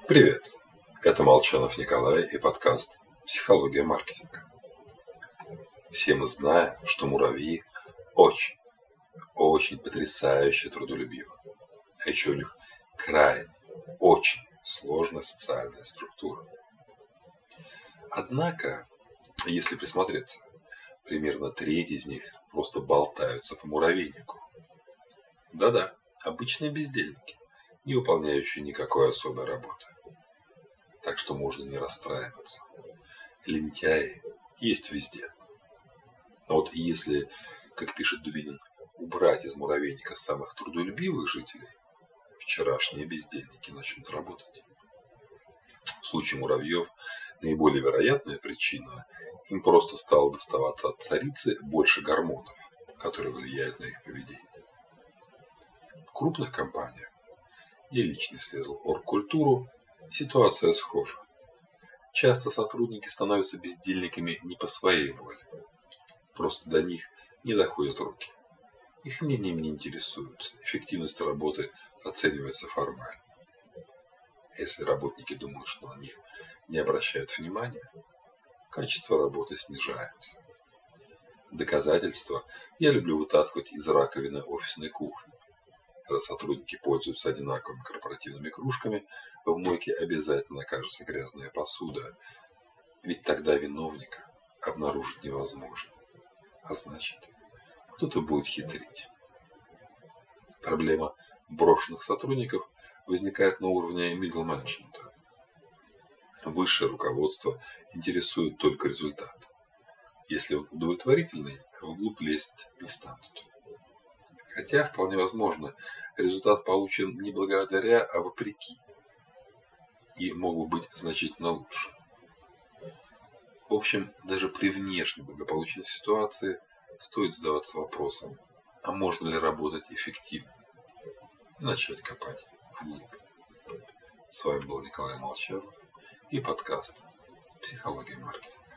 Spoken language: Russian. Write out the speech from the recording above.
Привет! Это Молчанов Николай и подкаст «Психология маркетинга». Все мы знаем, что муравьи очень потрясающе трудолюбивы. А еще у них очень сложная социальная структура. Однако, если присмотреться, примерно треть из них просто болтаются по муравейнику. Да-да, обычные бездельники, не выполняющие никакой особой работы. Так что можно не расстраиваться. Лентяи есть везде. А вот если, как пишет Дубинин, убрать из муравейника самых трудолюбивых жителей, вчерашние бездельники начнут работать. В случае муравьев наиболее вероятная причина – им просто стало доставаться от царицы больше гормонов, которые влияют на их поведение. В крупных компаниях, я лично исследовал оргкультуру, ситуация схожа. Часто сотрудники становятся бездельниками не по своей воле. Просто до них не доходят руки. Их мнением не интересуются. Эффективность работы оценивается формально. Если работники думают, что на них не обращают внимания, качество работы снижается. Доказательства я люблю вытаскивать из раковины офисной кухни. Когда сотрудники пользуются одинаковыми корпоративными кружками, в мойке обязательно окажется грязная посуда. Ведь тогда виновника обнаружить невозможно. А значит, кто-то будет хитрить. Проблема брошенных сотрудников возникает на уровне middle management. Высшее руководство интересует только результат. Если он удовлетворительный, вглубь лезть не станут. Хотя, вполне возможно, результат получен не благодаря, а вопреки. И мог бы быть значительно лучше. В общем, даже при внешней благополучной ситуации стоит задаваться вопросом, а можно ли работать эффективно и начать копать вглубь. С вами был Николай Молчанов и подкаст «Психология маркетинга».